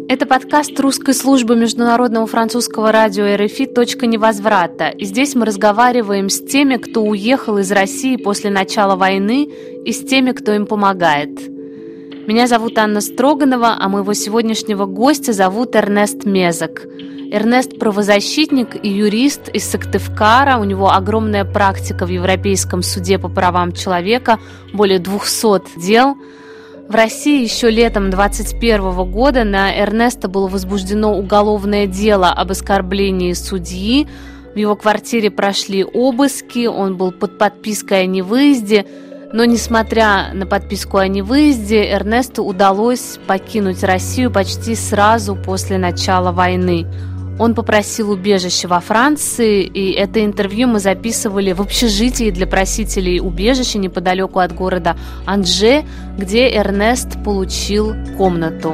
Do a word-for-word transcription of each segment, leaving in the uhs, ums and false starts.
Это подкаст русской службы международного французского радио эр эф и «Точка невозврата». И здесь мы разговариваем с теми, кто уехал из России после начала войны, и с теми, кто им помогает. Меня зовут Анна Строганова, а моего сегодняшнего гостя зовут Эрнест Мезок. Эрнест – правозащитник и юрист из Сыктывкара. У него огромная практика в Европейском суде по правам человека, более двухсот дел. В России еще летом двадцать первого года на Эрнеста было возбуждено уголовное дело об оскорблении судьи. В его квартире прошли обыски, он был под подпиской о невыезде. Но, несмотря на подписку о невыезде, Эрнесту удалось покинуть Россию почти сразу после начала войны. Он попросил убежище во Франции, и это интервью мы записывали в общежитии для просителей убежища неподалеку от города Анже, где Эрнест получил комнату.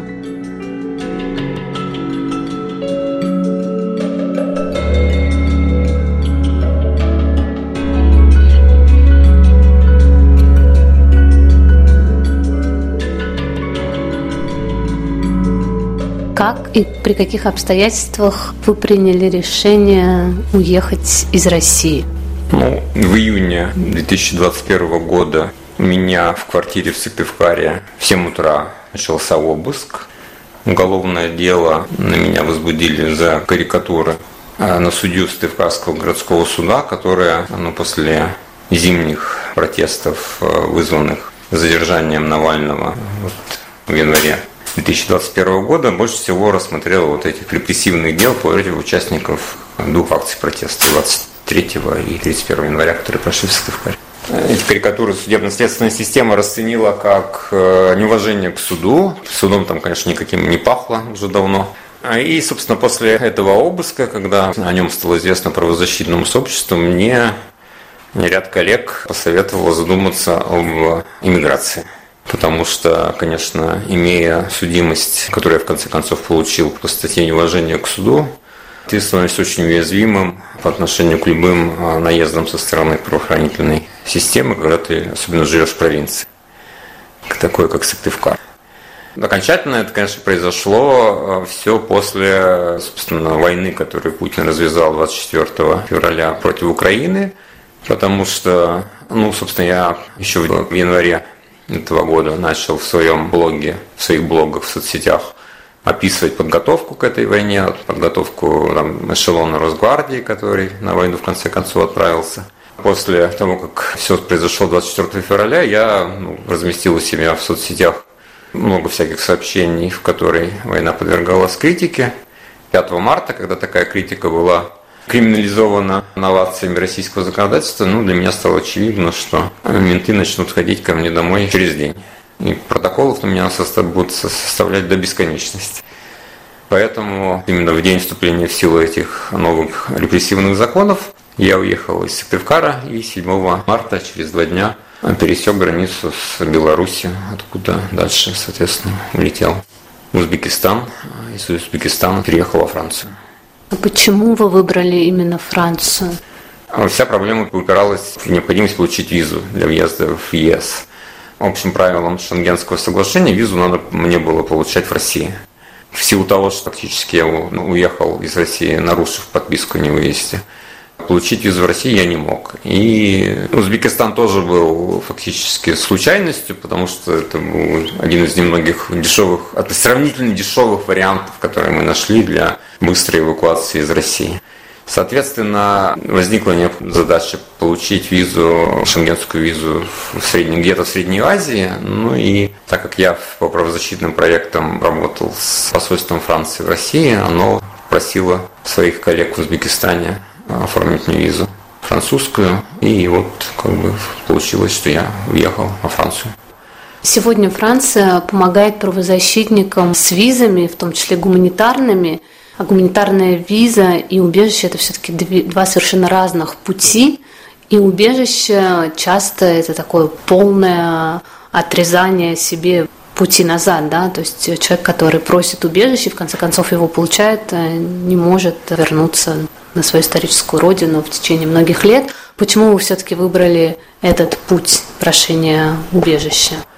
Как и при каких обстоятельствах вы приняли решение уехать из России? Ну, в июне две тысячи двадцать первого года у меня в квартире в Сыктывкаре в семь утра начался обыск. Уголовное дело на меня возбудили за карикатуры на судью Сыктывкарского городского суда, которая ну, после зимних протестов, вызванных задержанием Навального вот, в январе две тысячи двадцать первого года, больше всего рассмотрела вот этих репрессивных дел против участников двух акций протеста двадцать третьего и тридцать первого января, которые прошли в Сыктывкаре. Эти карикатуры судебно-следственная система расценила как неуважение к суду. Судом там, конечно, никаким не пахло уже давно. И, собственно, после этого обыска, когда о нем стало известно правозащитному сообществу, мне ряд коллег посоветовало задуматься об иммиграции. Потому что, конечно, имея судимость, которую я в конце концов получил по статье неуважения к суду, ты становишься очень уязвимым по отношению к любым наездам со стороны правоохранительной системы, когда ты особенно живешь в провинции, такой как Сыктывкар. Окончательно это, конечно, произошло все после, собственно, войны, которую Путин развязал двадцать четвёртого февраля против Украины, потому что, ну, собственно, я еще в январе этого года начал в своем блоге, в своих блогах в соцсетях описывать подготовку к этой войне, подготовку там, эшелона Росгвардии, который на войну в конце концов отправился. После того, как все произошло двадцать четвёртого февраля, я ну, разместил у себя в соцсетях много всяких сообщений, в которой война подвергалась критике. пятого марта, когда такая критика была криминализовано новациями российского законодательства, ну, для меня стало очевидно, что менты начнут ходить ко мне домой через день. И протоколов на меня будут составлять до бесконечности. Поэтому именно в день вступления в силу этих новых репрессивных законов я уехал из Сыктывкара и седьмого марта, через два дня, пересек границу с Беларусью, откуда дальше, соответственно, улетел в Узбекистан. Из Узбекистана переехал во Францию. А почему вы выбрали именно Францию? Вся проблема упиралась в необходимость получить визу для въезда в е эс. Общим правилам Шенгенского соглашения визу надо мне было получать в России. В силу того, что фактически я уехал из России, нарушив подписку о невыезде, получить визу в России я не мог. И Узбекистан тоже был фактически случайностью, потому что это был один из немногих дешевых, сравнительно дешевых вариантов, которые мы нашли для быстрой эвакуации из России. Соответственно, возникла задача получить визу, шенгенскую визу в средней, где-то в Средней Азии. Ну и так как я по правозащитным проектам работал с посольством Франции в России, оно просило своих коллег в Узбекистане оформить мне визу французскую. И вот как бы получилось, что я уехал во Францию. Сегодня Франция помогает правозащитникам с визами, в том числе гуманитарными. А гуманитарная виза и убежище – это все-таки два совершенно разных пути. И убежище часто это такое полное отрезание себе пути назад, да, то есть человек, который просит убежище, в конце концов его получает, не может вернуться на свою историческую родину в течение многих лет. Почему вы все-таки выбрали этот путь прошения убежища?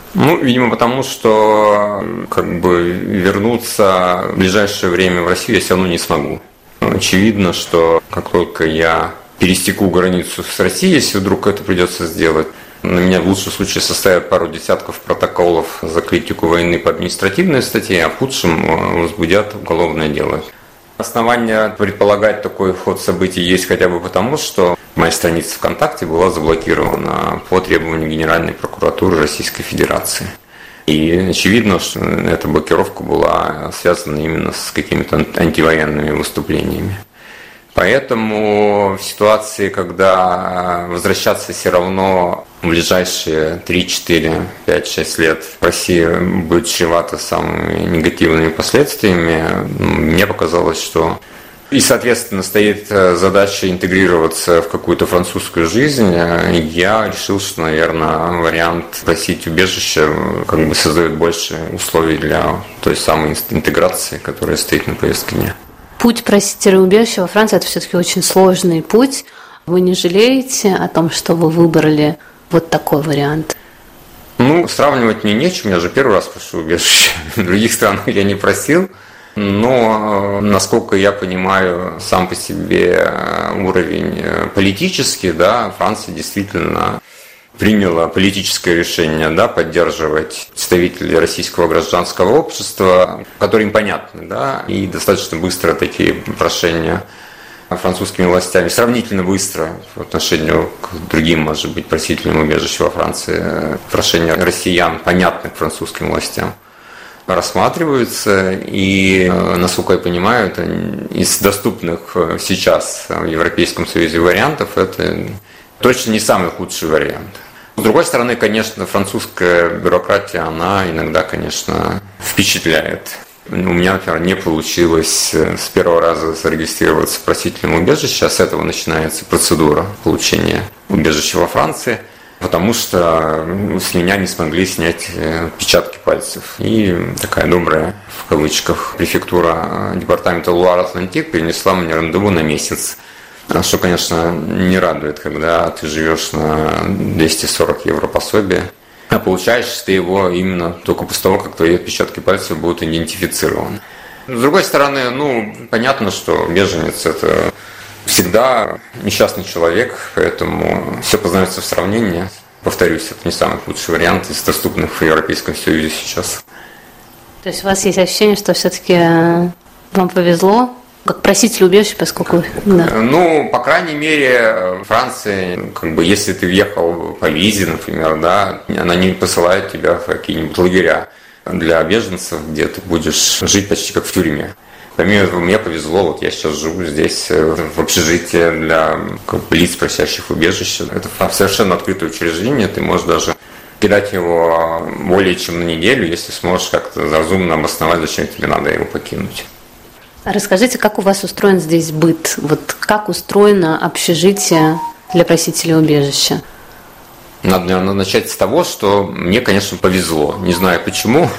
Ну, видимо, потому что как бы вернуться в ближайшее время в Россию я все равно не смогу. Очевидно, что как только я пересеку границу с Россией, если вдруг это придется сделать, на меня в лучшем случае составят пару десятков протоколов за критику войны по административной статье, а в худшем возбудят уголовное дело. Основания предполагать такой ход событий есть хотя бы потому, что моя страница ВКонтакте была заблокирована по требованию Генеральной прокуратуры Российской Федерации. И очевидно, что эта блокировка была связана именно с какими-то антивоенными выступлениями. Поэтому в ситуации, когда возвращаться все равно в ближайшие три, четыре, пять, шесть лет в России будет чревато самыми негативными последствиями, мне показалось, что и, соответственно, стоит задача интегрироваться в какую-то французскую жизнь. Я решил, что, наверное, вариант просить убежища как бы создает больше условий для той самой интеграции, которая стоит на повестке дня. Путь просителя убежища во Франции – это все-таки очень сложный путь. Вы не жалеете о том, что вы выбрали вот такой вариант? Ну, сравнивать мне нечем. Я же первый раз прошу убежище. В других странах я не просил. Но, насколько я понимаю, сам по себе уровень политический, да, Франция действительно приняла политическое решение, да, поддерживать представителей российского гражданского общества, которые им понятны, да, и достаточно быстро такие прошения французскими властями, сравнительно быстро по отношению к другим, может быть, просителям убежища во Франции, прошения россиян, понятных французским властям, рассматриваются, и, насколько я понимаю, это из доступных сейчас в Европейском Союзе вариантов, это точно не самый худший вариант. С другой стороны, конечно, французская бюрократия, она иногда, конечно, впечатляет. У меня, например, не получилось с первого раза зарегистрироваться просителем убежища, а с этого начинается процедура получения убежища во Франции, потому что с меня не смогли снять отпечатки пальцев. И такая добрая, в кавычках, префектура департамента Луар-Атлантик перенесла мне рандеву на месяц. Что, конечно, не радует, когда ты живешь на двести сорок евро пособие, а получаешь ты его именно только после того, как твои отпечатки пальцев будут идентифицированы. С другой стороны, ну, понятно, что беженец – это всегда несчастный человек, поэтому все познается в сравнении. Повторюсь, это не самый худший вариант из доступных в Европейском Союзе сейчас. То есть у вас есть ощущение, что все-таки вам повезло? Как проситель убежища, поскольку... Да. Ну, по крайней мере, Франция, как бы, если ты въехал по визе, например, да, она не посылает тебя в какие-нибудь лагеря для беженцев, где ты будешь жить почти как в тюрьме. Помимо этого, мне повезло, вот я сейчас живу здесь в общежитии для как бы, лиц, просящих убежища. Это совершенно открытое учреждение, ты можешь даже кидать его более чем на неделю, если сможешь как-то разумно обосновать, зачем тебе надо его покинуть. Расскажите, как у вас устроен здесь быт? Вот как устроено общежитие для просителей убежища? Надо, наверное, начать с того, что мне, конечно, повезло. Не знаю почему,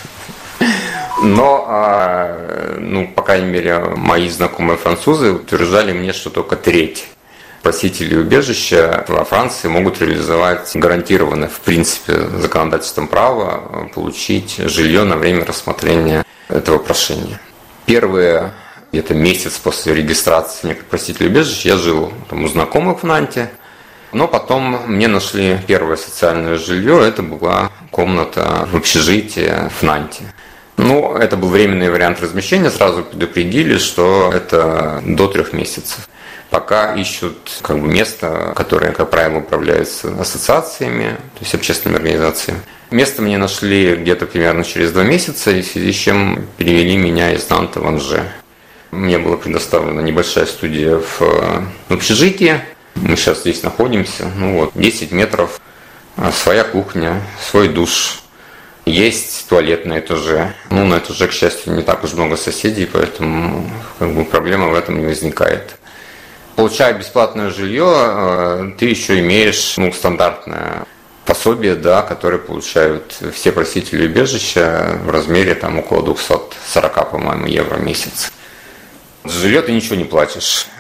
но, ну, по крайней мере, мои знакомые французы утверждали мне, что только треть просителей убежища во Франции могут реализовать гарантированное, в принципе, законодательством право получить жилье на время рассмотрения этого прошения. Первые где-то месяц после регистрации как просителя убежища я жил там, у знакомых в Нанте, но потом мне нашли первое социальное жилье, это была комната в общежитии в Нанте. Ну, это был временный вариант размещения, сразу предупредили, что это до трех месяцев. Пока ищут как бы, место, которое, как правило, управляется ассоциациями, то есть общественными организациями. Место мне нашли где-то примерно через два месяца, в связи с чем перевели меня из Нанта в Анже. Мне была предоставлена небольшая студия в общежитии. Мы сейчас здесь находимся. Ну вот, десять метров, своя кухня, свой душ. Есть туалет на этаже. Ну, на этаже, к счастью, не так уж много соседей, поэтому как бы, проблема в этом не возникает. Получая бесплатное жилье, ты еще имеешь ну, стандартное пособие, да, которые получают все просители убежища в размере там, около двести сорок, по-моему, евро в месяц. За жилье ты ничего не платишь.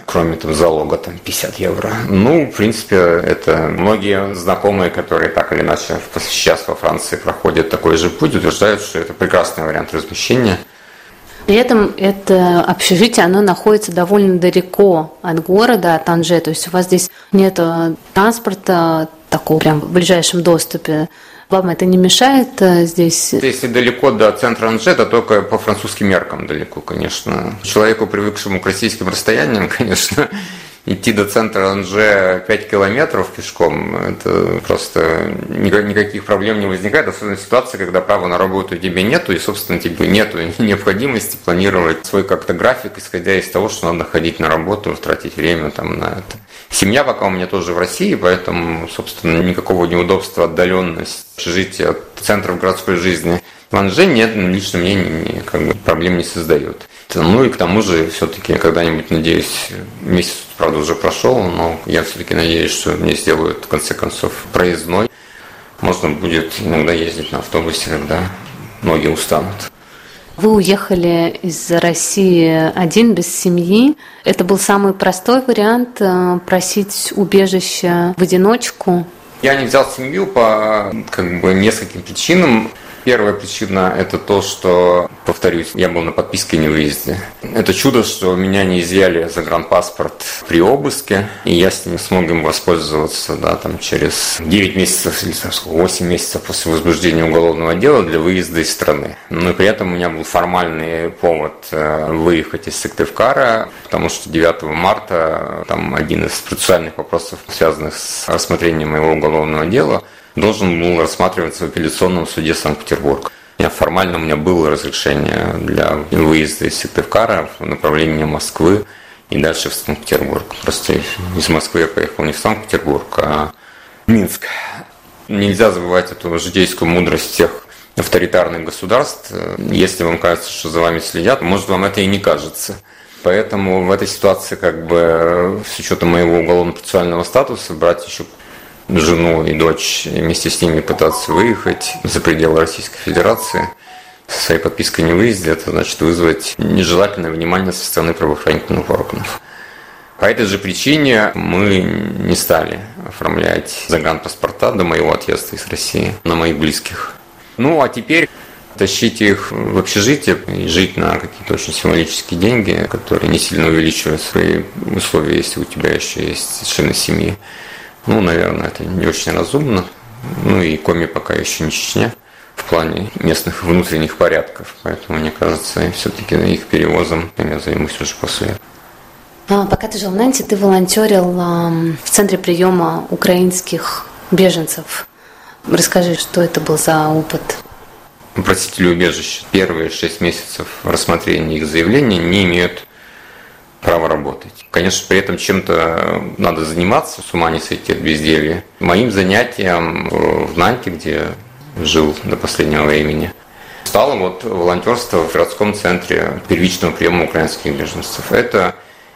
кроме там залога там пятьдесят евро. Ну, в принципе, это многие знакомые, которые так или иначе сейчас во Франции проходят такой же путь, утверждают, что это прекрасный вариант размещения. При этом это общежитие, оно находится довольно далеко от города, от Анже, то есть у вас здесь нет транспорта такого прям в ближайшем доступе. Вам это не мешает здесь? Если далеко до центра Анже, то только по французским меркам далеко, конечно. Человеку, привыкшему к российским расстояниям, конечно, идти до центра Анже пять километров пешком, это просто никаких проблем не возникает, особенно в ситуации, когда права на работу у тебя нету, и, собственно, тебе нету необходимости планировать свой как-то график, исходя из того, что надо ходить на работу, тратить время там на это. Семья пока у меня тоже в России, поэтому, собственно, никакого неудобства, отдаленность, общежития от центров городской жизни в Анже нет, лично мне не, как бы, проблем не создает. Ну и к тому же, все-таки, когда-нибудь, надеюсь, месяц, правда, уже прошел, но я все-таки надеюсь, что мне сделают, в конце концов, проездной. Можно будет иногда ездить на автобусе, когда ноги устанут. Вы уехали из России один, без семьи. Это был самый простой вариант просить убежище в одиночку? Я не взял семью по как бы нескольким причинам. Первая причина – это то, что, повторюсь, я был на подписке не выезде. Это чудо, что меня не изъяли загранпаспорт при обыске, и я с ним смог им воспользоваться да, там, через девять месяцев или восемь месяцев после возбуждения уголовного дела для выезда из страны. Но при этом у меня был формальный повод выехать из Сыктывкара, потому что девятого марта там, один из процессуальных вопросов, связанных с рассмотрением моего уголовного дела, должен был рассматриваться в апелляционном суде Санкт-Петербурга. Формально у меня было разрешение для выезда из Сыктывкара в направлении Москвы и дальше в Санкт-Петербург. Просто из Москвы я поехал не в Санкт-Петербург, а в Минск. Нельзя забывать эту житейскую мудрость всех авторитарных государств. Если вам кажется, что за вами следят, может, вам это и не кажется. Поэтому в этой ситуации, как бы, с учетом моего уголовно-процессуального статуса, брать еще жену и дочь и вместе с ними пытаться выехать за пределы Российской Федерации со своей подпиской не выезде, это значит вызвать нежелательное внимание со стороны правоохранительных органов. По этой же причине мы не стали оформлять загранпаспорта до моего отъезда из России на моих близких. Ну а теперь тащить их в общежитие и жить на какие-то очень символические деньги, которые не сильно увеличивают свои условия, если у тебя еще есть члены семьи. Ну, наверное, это не очень разумно. Ну и Коми пока еще не Чечня в плане местных внутренних порядков. Поэтому, мне кажется, все-таки их перевозом я займусь уже после. А, пока ты жил в Нанте, ты волонтерил в центре приема украинских беженцев. Расскажи, что это был за опыт? Просители убежища первые шесть месяцев рассмотрения их заявления не имеют право работать. Конечно, при этом чем-то надо заниматься, с ума не сойти от безделья. Моим занятием в Нанте, где жил до последнего времени, стало вот волонтерство в городском центре первичного приема украинских беженцев. Это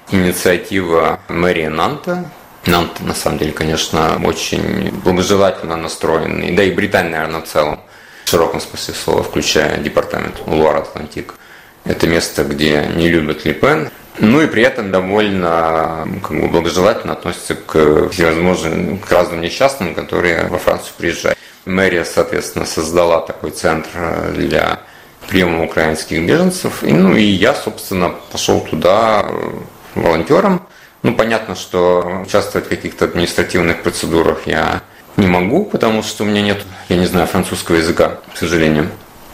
инициатива мэрии Нанта. Нант, на самом деле, конечно, очень благожелательно настроенный, да и Британия, наверное, в целом, в широком смысле слова, включая департамент Луар-Атлантик. Это место, где не любят Ле Пен. Ну и при этом довольно как бы, благожелательно относятся к всевозможным, к разным несчастным, которые во Францию приезжают. Мэрия, соответственно, создала такой центр для приема украинских беженцев. И, ну и я, собственно, пошел туда волонтером. Ну, понятно, что участвовать в каких-то административных процедурах я не могу, потому что у меня нет, я не знаю, французского языка, к сожалению.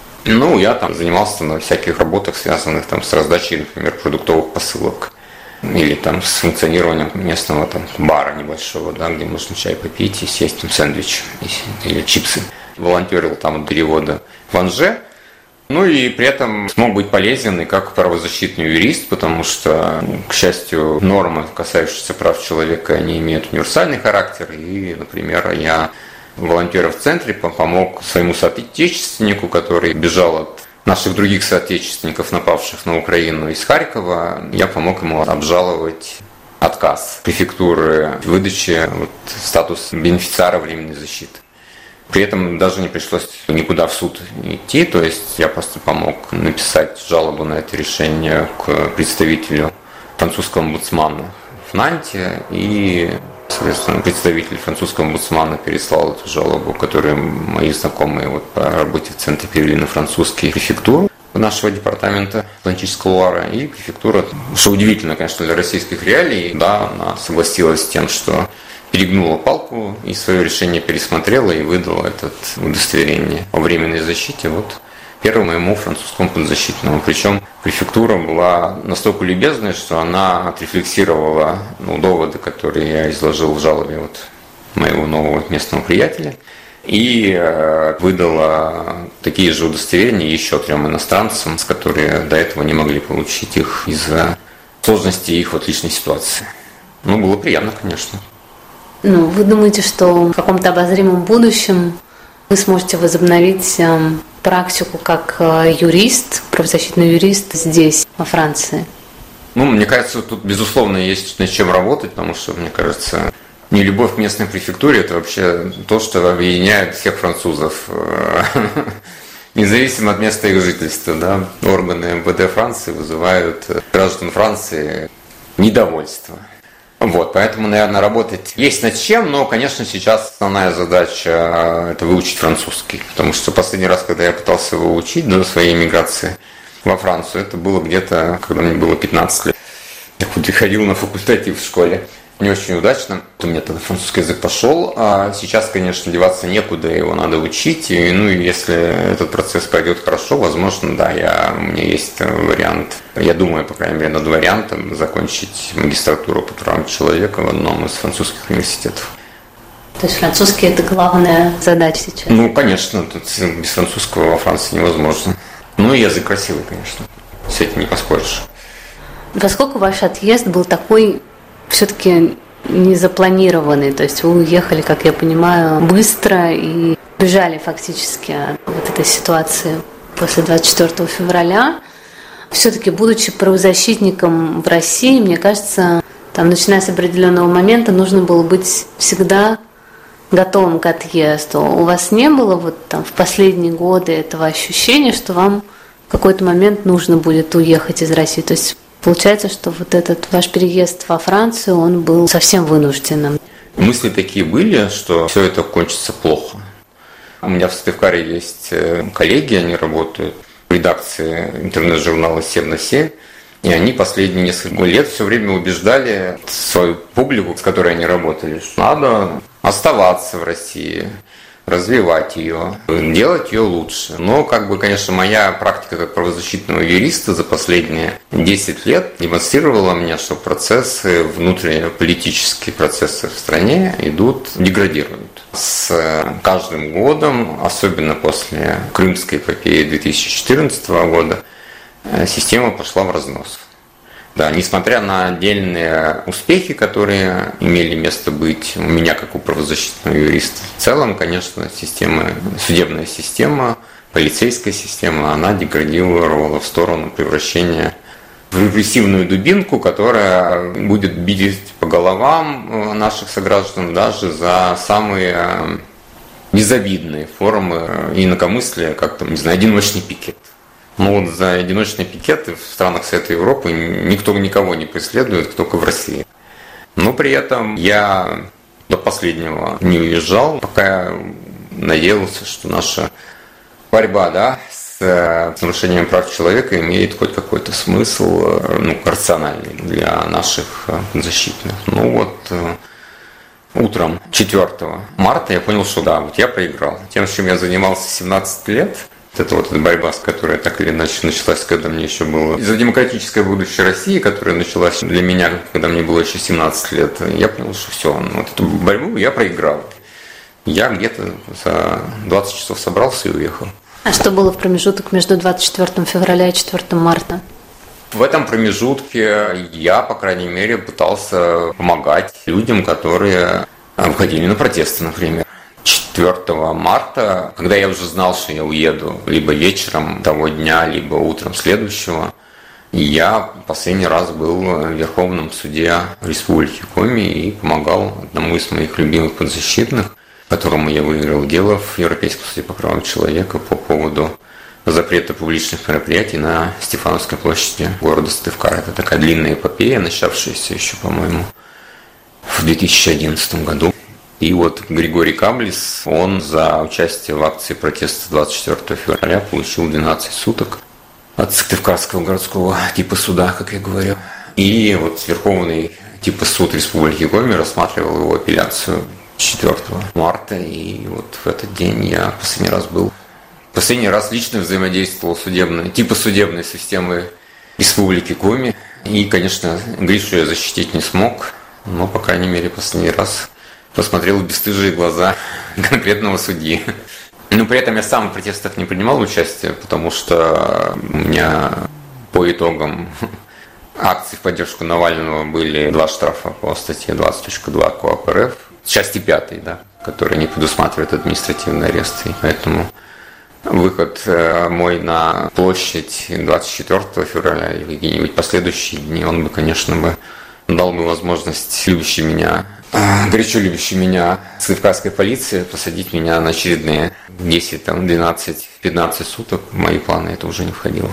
Ну, я там занимался на всяких работах, связанных там с раздачей, например, продуктовых посылок. Или там с функционированием местного там бара небольшого, да, где можно чай попить и съесть там сэндвич или чипсы. Волонтерил там до перевода в Анже. Ну и при этом смог быть полезен и как правозащитный юрист, потому что, к счастью, нормы, касающиеся прав человека, они имеют универсальный характер. И, например, я волонтеров в центре помог своему соотечественнику, который бежал от наших других соотечественников, напавших на Украину из Харькова. Я помог ему обжаловать отказ префектуры в выдаче вот, статуса бенефициара временной защиты. При этом даже не пришлось никуда в суд идти, то есть я просто помог написать жалобу на это решение к представителю французского омбудсмана в Нанте, и, соответственно, представитель французского омбудсмана переслал эту жалобу, которую мои знакомые вот по работе в центре перевели на французский, префектуру нашего департамента Атлантического Луара, и префектура, что удивительно, конечно, для российских реалий, да, она согласилась с тем, что перегнула палку и свое решение пересмотрела и выдала это удостоверение о временной защите вот первому моему французскому подзащитному. Причем префектура была настолько любезной, что она отрефлексировала ну, доводы, которые я изложил в жалобе вот моего нового местного приятеля, и э, выдала такие же удостоверения еще трем иностранцам, с которые до этого не могли получить их из-за сложности их вот личной ситуации. Ну, было приятно, конечно. Ну, вы думаете, что в каком-то обозримом будущем вы сможете возобновить э, практику как э, юрист, правозащитный юрист здесь, во Франции? Ну, мне кажется, тут, безусловно, есть над чем работать, потому что, мне кажется, не любовь к местной префектуре – это вообще то, что объединяет всех французов, независимо от места их жительства. Да? Органы эм вэ дэ Франции вызывают граждан Франции недовольство. Вот, поэтому, наверное, работать есть над чем, но, конечно, сейчас основная задача – это выучить французский. Потому что последний раз, когда я пытался его учить до своей эмиграции во Францию, это было где-то, когда мне было пятнадцать лет. Я ходил на факультатив в школе. Не очень удачно. У меня тогда французский язык пошел, а сейчас, конечно, деваться некуда, его надо учить. И, ну, и если этот процесс пойдет хорошо, возможно, да, я, у меня есть вариант, я думаю, по крайней мере, над вариантом закончить магистратуру по правам человека в одном из французских университетов. То есть французский – это главная задача сейчас? Ну, конечно, тут без французского во Франции невозможно. Ну, и язык красивый, конечно, с этим не поспоришь. Поскольку ваш отъезд был такой все-таки незапланированный, то есть вы уехали, как я понимаю, быстро и бежали фактически от вот этой ситуации после двадцать четвёртого февраля. Все-таки, будучи правозащитником в России, мне кажется, там, начиная с определенного момента, нужно было быть всегда готовым к отъезду. У вас не было вот там в последние годы этого ощущения, что вам в какой-то момент нужно будет уехать из России? То есть получается, что вот этот ваш переезд во Францию, он был совсем вынужденным. Мысли такие были, что все это кончится плохо. У меня в Сыктывкаре есть коллеги, они работают в редакции интернет-журнала семь на семь, и они последние несколько лет все время убеждали свою публику, с которой они работали, что надо оставаться в России, развивать ее, делать ее лучше. Но, как бы, конечно, моя практика как правозащитного юриста за последние десять лет демонстрировала мне, что процессы, внутриполитические процессы в стране идут, деградируют. С каждым годом, особенно после Крымской эпопеи две тысячи четырнадцатого года, система пошла в разнос. Да, несмотря на отдельные успехи, которые имели место быть у меня как у правозащитного юриста, в целом, конечно, система, судебная система, полицейская система, она деградировала в сторону превращения в репрессивную дубинку, которая будет бить по головам наших сограждан даже за самые безобидные формы инакомыслия, как там, не знаю, одиночный пикет. Но вот за одиночные пикеты в странах Совета Европы никто никого не преследует, только в России. Но при этом я до последнего не уезжал, пока я надеялся, что наша борьба, да, с нарушением прав человека имеет хоть какой-то смысл, ну, рациональный для наших защитных. Ну вот утром четвёртого марта я понял, что да, вот я проиграл. Тем, чем я занимался семнадцать лет, это вот эта борьба, с которой так или иначе началась, когда мне еще было за демократическое будущее России, которая началась для меня, когда мне было еще семнадцать лет, я понял, что все, вот эту борьбу я проиграл. Я где-то за двадцать часов собрался и уехал. А что было в промежуток между двадцать четвёртого февраля и четвёртого марта? В этом промежутке я, по крайней мере, пытался помогать людям, которые выходили на протесты, например. четвёртого марта, когда я уже знал, что я уеду либо вечером того дня, либо утром следующего, я последний раз был в Верховном суде Республики Коми и помогал одному из моих любимых подзащитных, которому я выиграл дело в Европейском суде по правам человека по поводу запрета публичных мероприятий на Стефановской площади города Сыктывкар. Это такая длинная эпопея, начавшаяся еще, по-моему, в две тысячи одиннадцатом году. И вот Григорий Камлис, он за участие в акции протеста двадцать четвёртого февраля получил двенадцать суток от Сыктывкарского городского типа суда, как я говорю. И вот Верховный типа суд Республики Коми рассматривал его апелляцию четвёртого марта. И вот в этот день я последний раз был. Последний раз лично взаимодействовал судебной, типа судебной системы Республики Коми. И, конечно, Гришу я защитить не смог, но, по крайней мере, последний раз посмотрел в бесстыжие глаза конкретного судьи. Но при этом я сам в протестах не принимал участие, потому что у меня по итогам акций в поддержку Навального были два штрафа по статье двадцать точка два КоАП РФ, части пятой, да, которая не предусматривает административный арест. И поэтому выход мой на площадь двадцать четвёртого февраля или какие-нибудь последующие дни, он бы, конечно, бы дал бы возможность любящей меня, горячо любящей меня сыктывкарской полиции посадить меня на очередные десять, двенадцать, пятнадцать суток. В мои планы это уже не входило.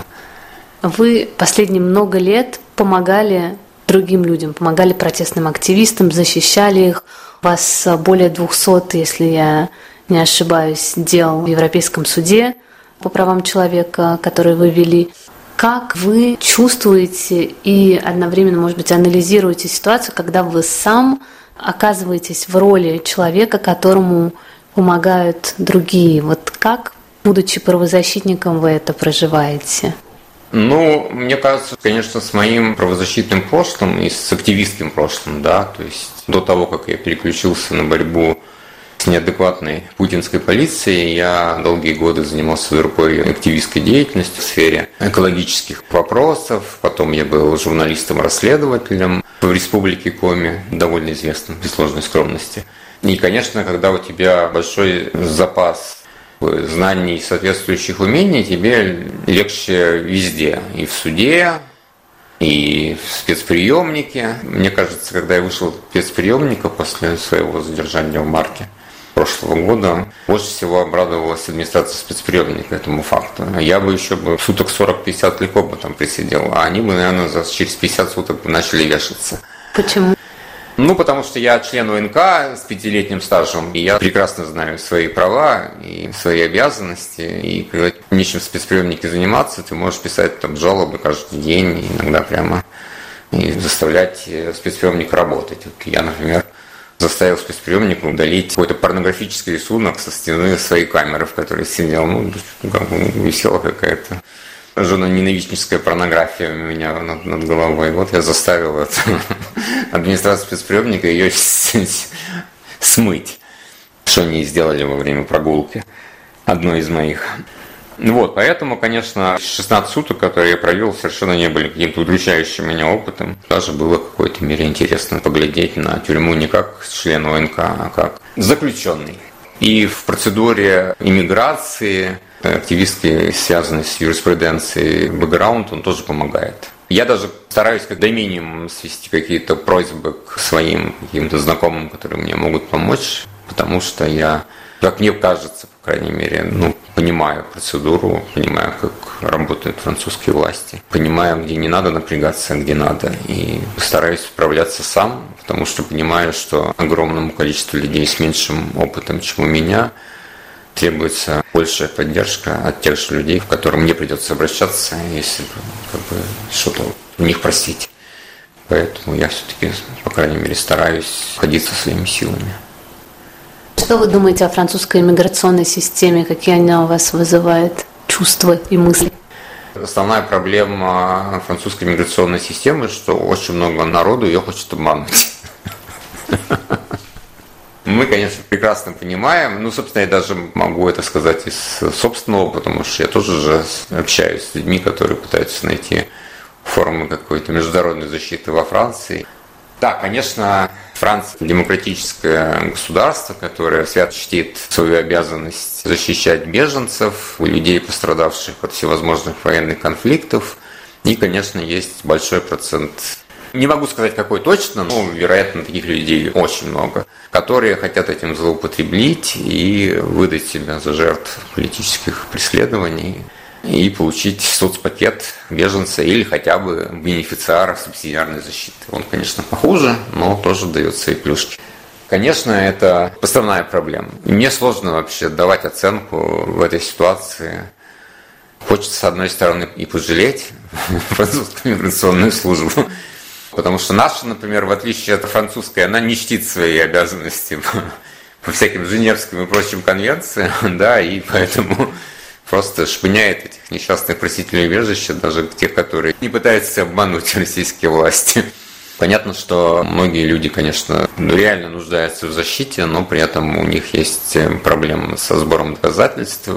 Вы последние много лет помогали другим людям, помогали протестным активистам, защищали их. У вас более двухсот, если я не ошибаюсь, дел в Европейском суде по правам человека, которые вы вели. Как вы чувствуете и одновременно, может быть, анализируете ситуацию, когда вы сам оказываетесь в роли человека, которому помогают другие? Вот как, будучи правозащитником, вы это проживаете? Ну, мне кажется, конечно, с моим правозащитным прошлым и с активистским прошлым, да, то есть до того, как я переключился на борьбу с неадекватной путинской полицией, я долгие годы занимался группой активистской деятельностью в сфере экологических вопросов. Потом я был журналистом-расследователем в Республике Коми, довольно известным, при сложной скромности. И, конечно, когда у тебя большой запас знаний и соответствующих умений, тебе легче везде. И в суде, и в спецприемнике. Мне кажется, когда я вышел из спецприемника после своего задержания в марте прошлого года, больше всего обрадовалась администрация спецприемника этому факту. Я бы еще бы суток сорок-пятьдесят легко бы там присидел, а они бы, наверное, за через пятьдесят суток начали вешаться. Почему? Ну, потому что я член УНК с пятилетним стажем, и я прекрасно знаю свои права и свои обязанности. И когда нечем в спецприемнике заниматься, ты можешь писать там жалобы каждый день, иногда прямо и заставлять спецприемник работать. Вот я, например, заставил спецприемник удалить какой-то порнографический рисунок со стены своей камеры, в которой сидел. Ну, как бы висела какая-то женоненавистническая порнография у меня над, над головой. Вот я заставил эту администрацию спецприемника ее смыть, что они сделали во время прогулки одной из моих. Вот, поэтому, конечно, шестнадцать суток, которые я провел, совершенно не были каким-то удручающим меня опытом. Даже было в какой-то мере интересно поглядеть на тюрьму не как член ОНК, а как заключенный. И в процедуре иммиграции активистки, связанные с юриспруденцией, бэкграунд, он тоже помогает. Я даже стараюсь как до минимума свести какие-то просьбы к своим каким-то знакомым, которые мне могут помочь, потому что я, как мне кажется, по крайней мере, ну, понимаю процедуру, понимаю, как работают французские власти, понимаю, где не надо напрягаться, а где надо, и стараюсь справляться сам, потому что понимаю, что огромному количеству людей с меньшим опытом, чем у меня, требуется большая поддержка от тех же людей, к которым мне придется обращаться, если как бы, что-то у них просить. Поэтому я все-таки, по крайней мере, стараюсь ходиться своими силами. Что вы думаете о французской иммиграционной системе? Какие она у вас вызывает чувства и мысли? Основная проблема французской иммиграционной системы, что очень много народу ее хочет обмануть. Мы, конечно, прекрасно понимаем, ну, собственно, я даже могу это сказать из собственного опыта, потому что я тоже же общаюсь с людьми, которые пытаются найти формы какой-то международной защиты во Франции. Да, конечно, Франция демократическое государство, которое свято чтит свою обязанность защищать беженцев, людей, пострадавших от всевозможных военных конфликтов. И, конечно, есть большой процент, не могу сказать какой точно, но, вероятно, таких людей очень много, которые хотят этим злоупотреблить и выдать себя за жертв политических преследований. и получить соцпакет беженца или хотя бы бенефициара субсидиарной защиты. Он, конечно, похуже, но тоже дает свои плюшки. Конечно, это основная проблема. Мне сложно вообще давать оценку в этой ситуации. Хочется, с одной стороны, и пожалеть французскую миграционную службу, потому что наша, например, в отличие от французской, она не чтит свои обязанности по всяким Женевским и прочим конвенциям, да, и поэтому просто шпыняет этих несчастных просителей убежища, даже тех, которые не пытаются обмануть российские власти. Понятно, что многие люди, конечно, реально нуждаются в защите, но при этом у них есть проблемы со сбором доказательств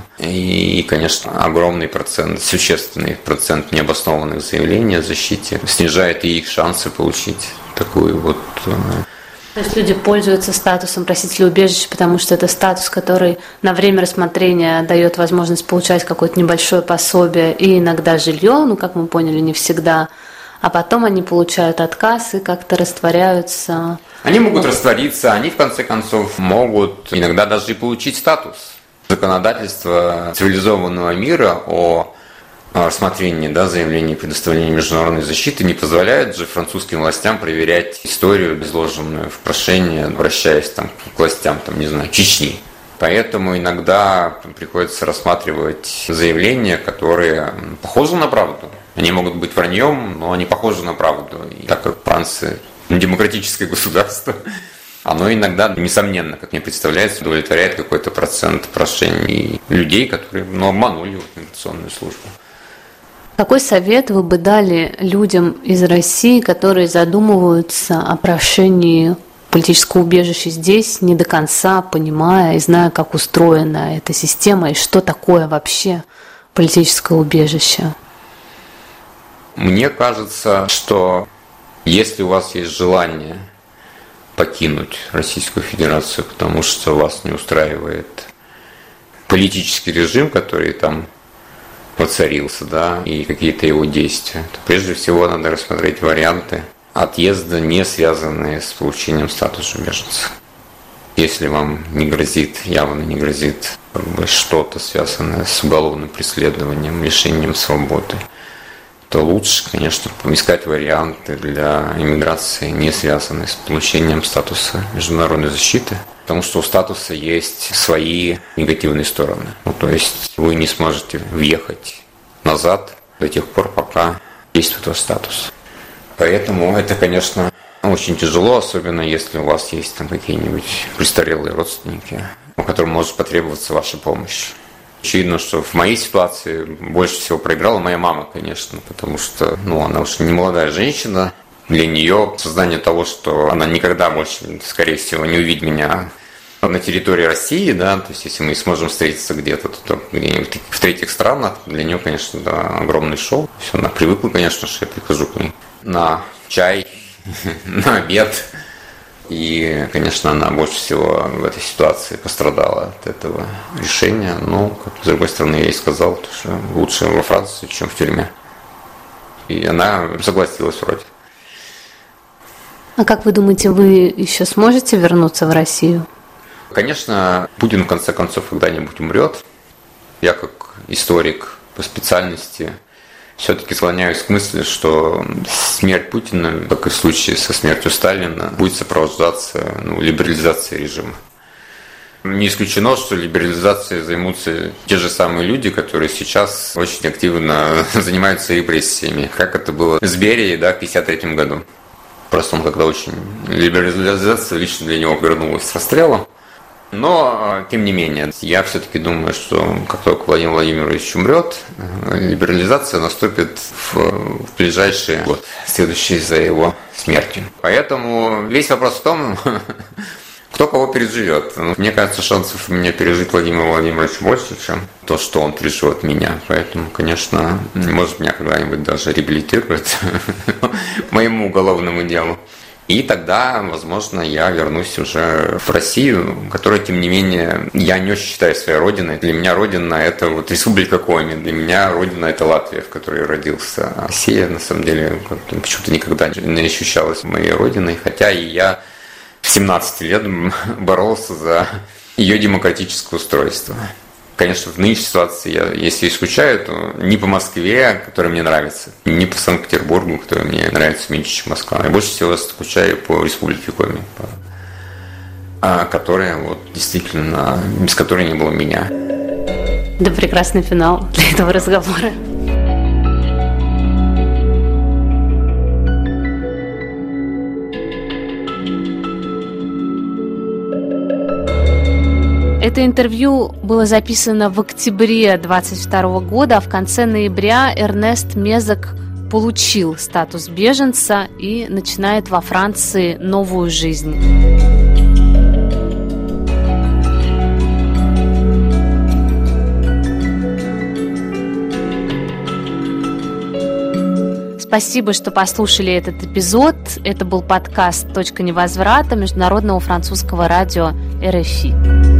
и, конечно, огромный процент, существенный процент необоснованных заявлений о защите снижает и их шансы получить такую вот... То есть люди пользуются статусом просителя убежища, потому что это статус, который на время рассмотрения дает возможность получать какое-то небольшое пособие и иногда жилье, ну, как мы поняли, не всегда. А потом они получают отказ и как-то растворяются. Они могут раствориться, они в конце концов могут иногда даже и получить статус. Законодательство цивилизованного мира о рассмотрении, да, заявлений и предоставлении международной защиты не позволяет же французским властям проверять историю, изложенную в прошении, обращаясь там, к властям, там, не знаю, Чечни. Поэтому иногда приходится рассматривать заявления, которые похожи на правду. Они могут быть враньем, но они похожи на правду. И так как Франция демократическое государство, оно иногда, несомненно, как мне представляется, удовлетворяет какой-то процент прошений людей, которые ну, обманули вот, миграционную службу. Какой совет вы бы дали людям из России, которые задумываются о прошении политического убежища здесь, не до конца понимая и зная, как устроена эта система и что такое вообще политическое убежище? Мне кажется, что если у вас есть желание покинуть Российскую Федерацию, потому что вас не устраивает политический режим, который там воцарился, да, и какие-то его действия, то прежде всего надо рассмотреть варианты отъезда, не связанные с получением статуса беженца. Если вам не грозит, явно не грозит как бы, что-то связанное с уголовным преследованием, лишением свободы, то лучше, конечно, искать варианты для иммиграции, не связанные с получением статуса международной защиты, потому что у статуса есть свои негативные стороны. Ну, то есть вы не сможете въехать назад до тех пор, пока действует ваш статус. Поэтому это, конечно, очень тяжело, особенно если у вас есть там какие-нибудь престарелые родственники, у которых может потребоваться ваша помощь. Очевидно, что в моей ситуации больше всего проиграла моя мама, конечно, потому что ну, она уж не молодая женщина. Для нее сознание того, что она никогда больше, скорее всего, не увидит меня на территории России, да, то есть если мы сможем встретиться где-то, то где-нибудь в третьих странах, для нее, конечно, да, огромный шок. То есть она привыкла, конечно, что я прихожу к ней на чай, на обед. И, конечно, она больше всего в этой ситуации пострадала от этого решения. Но, как, с другой стороны, я ей сказал, что лучше во Франции, чем в тюрьме. И она согласилась вроде. А как вы думаете, вы еще сможете вернуться в Россию? Конечно, Путин в конце концов когда-нибудь умрет. Я как историк по специальности все-таки склоняюсь к мысли, что смерть Путина, как и в случае со смертью Сталина, будет сопровождаться ну, либерализацией режима. Не исключено, что либерализацией займутся те же самые люди, которые сейчас очень активно занимаются репрессиями, как это было с Берией, да, в тысяча девятьсот пятьдесят третьем году. Просто он когда очень либерализация лично для него обернулась с расстрелом. Но, тем не менее, я все-таки думаю, что как только Владимир Владимирович умрет, либерализация наступит в, в ближайший год, следующий за его смертью. Поэтому весь вопрос в том, кто кого переживет. Мне кажется, шансов у меня пережить Владимира Владимировича больше, чем то, что он переживет меня. Поэтому, конечно, может, меня когда-нибудь даже реабилитируют к моему уголовному делу. И тогда, возможно, я вернусь уже в Россию, которая, тем не менее, я не очень считаю своей родиной. Для меня родина – это вот Республика Коми, для меня родина – это Латвия, в которой я родился. А Россия, на самом деле, почему-то никогда не ощущалась моей родиной, хотя и я в семнадцать лет боролся за ее демократическое устройство. Конечно, в нынешней ситуации, я, если и скучаю, то не по Москве, которая мне нравится, не по Санкт-Петербургу, который мне нравится меньше, чем Москва. Я больше всего скучаю по Республике Коми, по... которая вот действительно, без которой не было меня. Да, прекрасный финал для этого разговора. Это интервью было записано в октябре двадцать второго года, а в конце ноября Эрнест Мезок получил статус беженца и начинает во Франции новую жизнь. Спасибо, что послушали этот эпизод. Это был подкаст «Точка невозврата» Международного французского радио эр эф и.